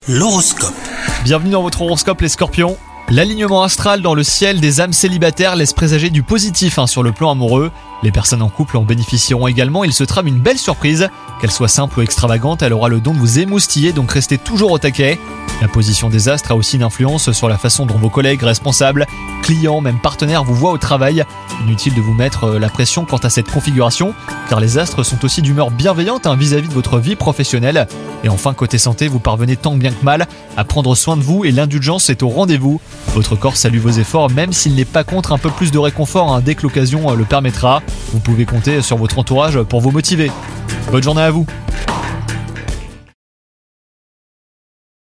L'horoscope. Bienvenue dans votre horoscope les scorpions. L'alignement astral dans le ciel des âmes célibataires laisse présager du positif sur le plan amoureux. Les personnes en couple en bénéficieront également, il se trame une belle surprise. Qu'elle soit simple ou extravagante, elle aura le don de vous émoustiller, donc restez toujours au taquet. La position des astres a aussi une influence sur la façon dont vos collègues, responsables, clients, même partenaires vous voient au travail. Inutile de vous mettre la pression quant à cette configuration, car les astres sont aussi d'humeur bienveillante vis-à-vis de votre vie professionnelle. Et enfin, côté santé, vous parvenez tant bien que mal à prendre soin de vous et l'indulgence est au rendez-vous. Votre corps salue vos efforts, même s'il n'est pas contre un peu plus de réconfort dès que l'occasion le permettra. Vous pouvez compter sur votre entourage pour vous motiver. Bonne journée à vous.